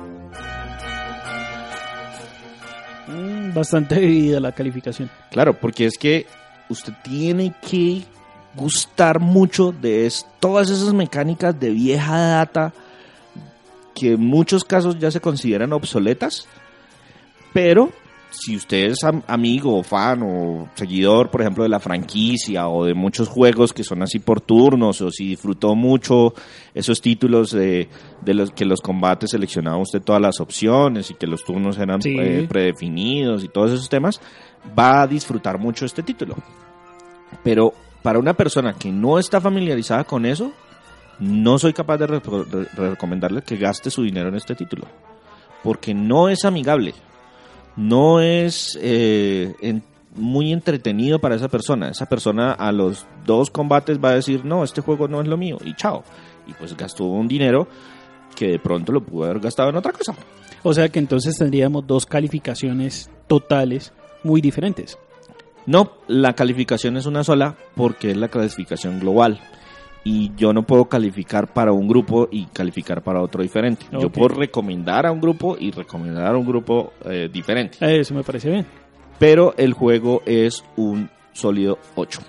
Mm, bastante dividida la calificación. Claro, porque es que usted tiene que gustar mucho de es, todas esas mecánicas de vieja data que en muchos casos ya se consideran obsoletas, pero si usted es am- amigo o fan o seguidor, por ejemplo, de la franquicia o de muchos juegos que son así por turnos, o si disfrutó mucho esos títulos de, de los que los combates seleccionaba usted todas las opciones y que los turnos eran Sí. eh, predefinidos y todos esos temas, va a disfrutar mucho este título. Pero para una persona que no está familiarizada con eso, no soy capaz de, re- de recomendarle que gaste su dinero en este título, porque no es amigable, no es eh, en, muy entretenido para esa persona. Esa persona a los dos combates va a decir, no, este juego no es lo mío, y chao. Y pues gastó un dinero que de pronto lo pudo haber gastado en otra cosa. O sea que entonces tendríamos dos calificaciones totales muy diferentes. No, la calificación es una sola porque es la clasificación global. Y yo no puedo calificar para un grupo y calificar para otro diferente. Ok. Yo puedo recomendar a un grupo y recomendar a un grupo eh, diferente. Eso me parece bien. Pero el juego es un sólido ocho.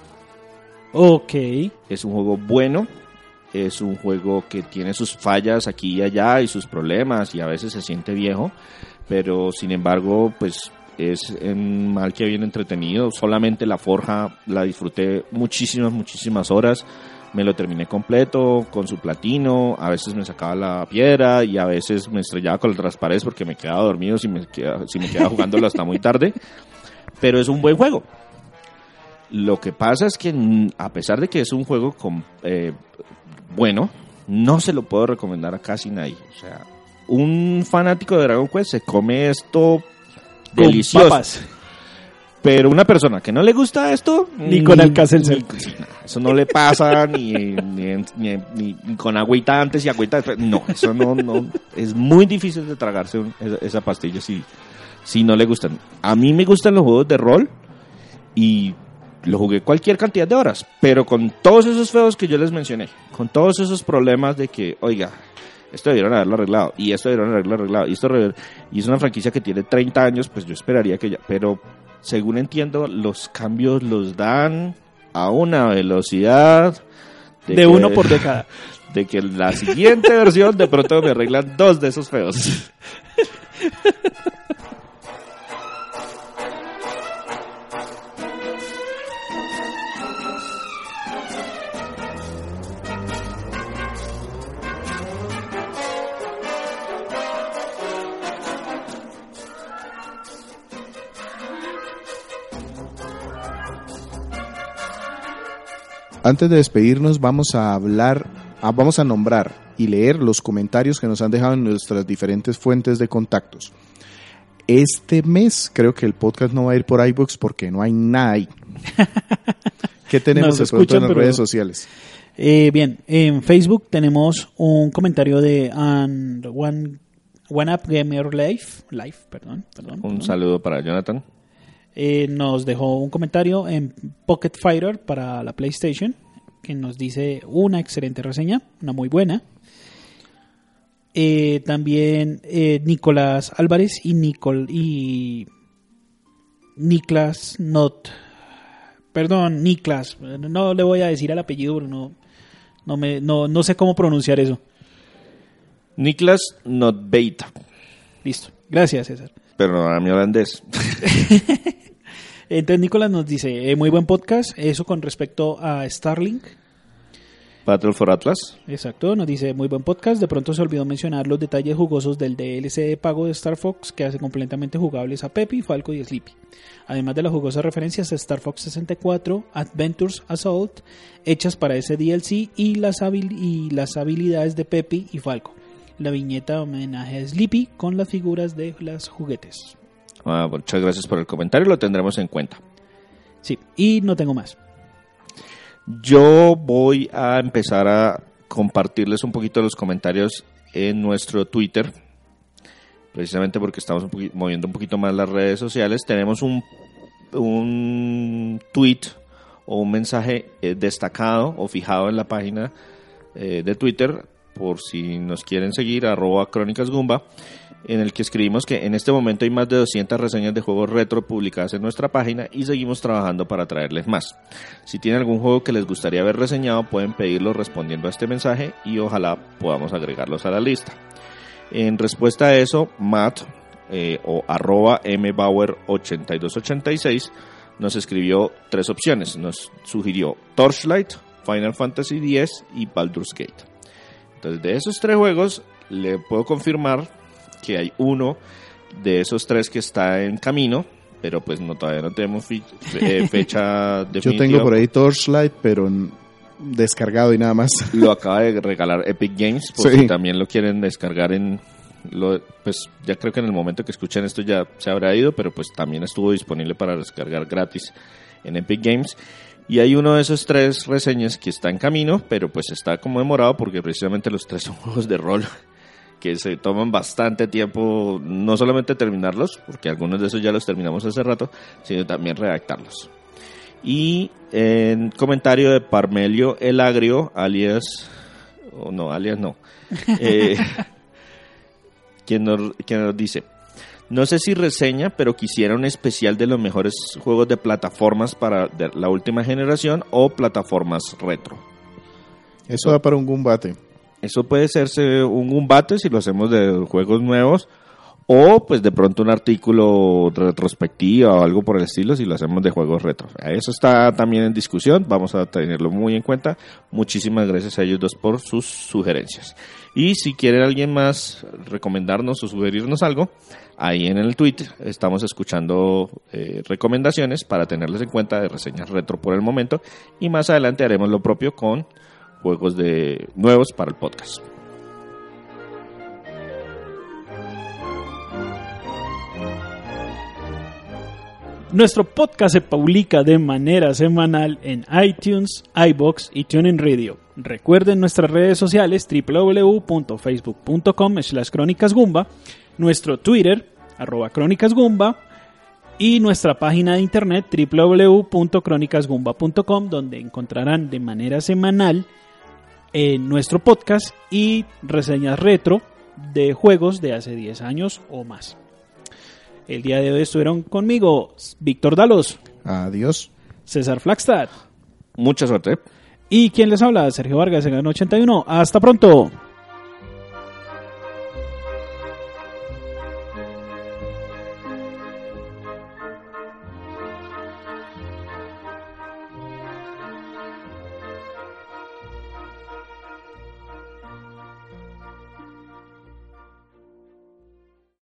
Ok. Es un juego bueno. Es un juego que tiene sus fallas aquí y allá y sus problemas y a veces se siente viejo. Pero sin embargo, pues es en mal que bien entretenido. Solamente la forja la disfruté muchísimas, muchísimas horas. Me lo terminé completo con su platino. A veces me sacaba la piedra y a veces me estrellaba con las paredes porque me quedaba dormido si me quedaba, si me quedaba jugándolo hasta muy tarde. Pero es un buen juego. Lo que pasa es que a pesar de que es un juego con, eh, bueno, no se lo puedo recomendar a casi nadie. O sea, un fanático de Dragon Quest se come esto Con delicioso. papas. Pero una persona que no le gusta esto, Ni con Alka-Seltzer. ni- sí, no, eso no le pasa ni, ni, ni, ni- ni con agüita antes y agüita después. No, eso no, no, es muy difícil de tragarse un- esa, esa pastilla si, si no le gustan. A mí me gustan los juegos de rol y lo jugué cualquier cantidad de horas, pero con todos esos feos que yo les mencioné, con todos esos problemas de que, oiga, esto debieron haberlo arreglado, y esto debieron haberlo arreglado, y esto re- y es una franquicia que tiene treinta años, pues yo esperaría que ya, pero según entiendo, los cambios los dan a una velocidad De que- uno por década. de que la siguiente versión de pronto me arreglan dos de esos feos. Antes de despedirnos, vamos a hablar, ah, vamos a nombrar y leer los comentarios que nos han dejado en nuestras diferentes fuentes de contactos. Este mes creo que el podcast no va a ir por iVoox porque no hay nada ahí. ¿Qué tenemos Nos de pronto escuchan, en las pero- redes sociales? Eh, bien, en Facebook tenemos un comentario de an, One, One Up Gamer Life, Life, perdón, perdón, Un perdón. saludo para Jonathan. Eh, nos dejó un comentario en Pocket Fighter para la PlayStation que nos dice una excelente reseña, una muy buena. Eh, también eh, Nicolás Álvarez y Nicol y Niklas Not, perdón, Niklas, no le voy a decir el apellido, pero no, no me, no, no sé cómo pronunciar eso. Niklas Notbeita, Listo, gracias César. pero a mi holandés. Entonces Nicolás nos dice, eh, muy buen podcast, eso con respecto a Starlink. Battle for Atlas. Exacto, nos dice muy buen podcast. De pronto se olvidó mencionar los detalles jugosos del D L C de pago de Star Fox que hace completamente jugables a Peppy, Falco y Sleepy. Además de las jugosas referencias a Star Fox sesenta y cuatro, Adventures Assault, hechas para ese D L C y las, habil- y las habilidades de Peppy y Falco. La viñeta de homenaje a Sleepy con las figuras de los juguetes. Ah, muchas gracias por el comentario, lo tendremos en cuenta. Sí, y no tengo más. Yo voy a empezar a compartirles un poquito los comentarios en nuestro Twitter, precisamente porque estamos un poquito, moviendo un poquito más las redes sociales. Tenemos un, un tweet o un mensaje eh, destacado o fijado en la página eh, de Twitter, por si nos quieren seguir, arroba Crónicas Goomba, en el que escribimos que en este momento hay más de doscientas reseñas de juegos retro publicadas en nuestra página y seguimos trabajando para traerles más. Si tienen algún juego que les gustaría ver reseñado, pueden pedirlo respondiendo a este mensaje y ojalá podamos agregarlos a la lista. En respuesta a eso, Matt eh, o arroba mbauer ochenta y dos ochenta y seis nos escribió tres opciones. Nos sugirió Torchlight, Final Fantasy X y Baldur's Gate. Entonces, de esos tres juegos, le puedo confirmar que hay uno de esos tres que está en camino, pero pues no todavía no tenemos fi- eh, fecha definitiva. Yo tengo por ahí Torchlight, pero n- descargado y nada más. Lo acaba de regalar Epic Games, por Sí. si también lo quieren descargar en... Lo, pues ya creo que en el momento que escuchen esto ya se habrá ido, pero pues también estuvo disponible para descargar gratis en Epic Games. Y hay uno de esos tres reseñas que está en camino, pero pues está como demorado porque precisamente los tres son juegos de rol que se toman bastante tiempo, no solamente terminarlos, porque algunos de esos ya los terminamos hace rato, sino también redactarlos. Y en comentario de Parmelio El Agrio, alias, o no, alias no, eh, quien, nos, quien nos dice: no sé si reseña, pero quisiera un especial de los mejores juegos de plataformas para de la última generación o plataformas retro. Eso da para un Goombate. Eso puede serse un combate si lo hacemos de juegos nuevos, o pues de pronto un artículo retrospectiva o algo por el estilo si lo hacemos de juegos retro. Eso está también en discusión, vamos a tenerlo muy en cuenta. Muchísimas gracias a ellos dos por sus sugerencias. Y si quiere alguien más recomendarnos o sugerirnos algo, ahí en el tweet estamos escuchando eh, recomendaciones para tenerles en cuenta de reseñas retro por el momento, y más adelante haremos lo propio con juegos de nuevos para el podcast. Nuestro podcast se publica de manera semanal en iTunes, iVoox y TuneIn Radio. Recuerden nuestras redes sociales doble u doble u doble u punto facebook punto com slash crónicasgumba, nuestro Twitter, arroba crónicasgumba, y nuestra página de internet doble u doble u doble u punto crónicasgumba punto com, donde encontrarán de manera semanal eh, nuestro podcast y reseñas retro de juegos de hace diez años o más. El día de hoy estuvieron conmigo Víctor Dalos, Adiós. César Flagstad Mucha suerte. y quien les habla, Sergio Vargas, en el ochenta y uno. Hasta pronto.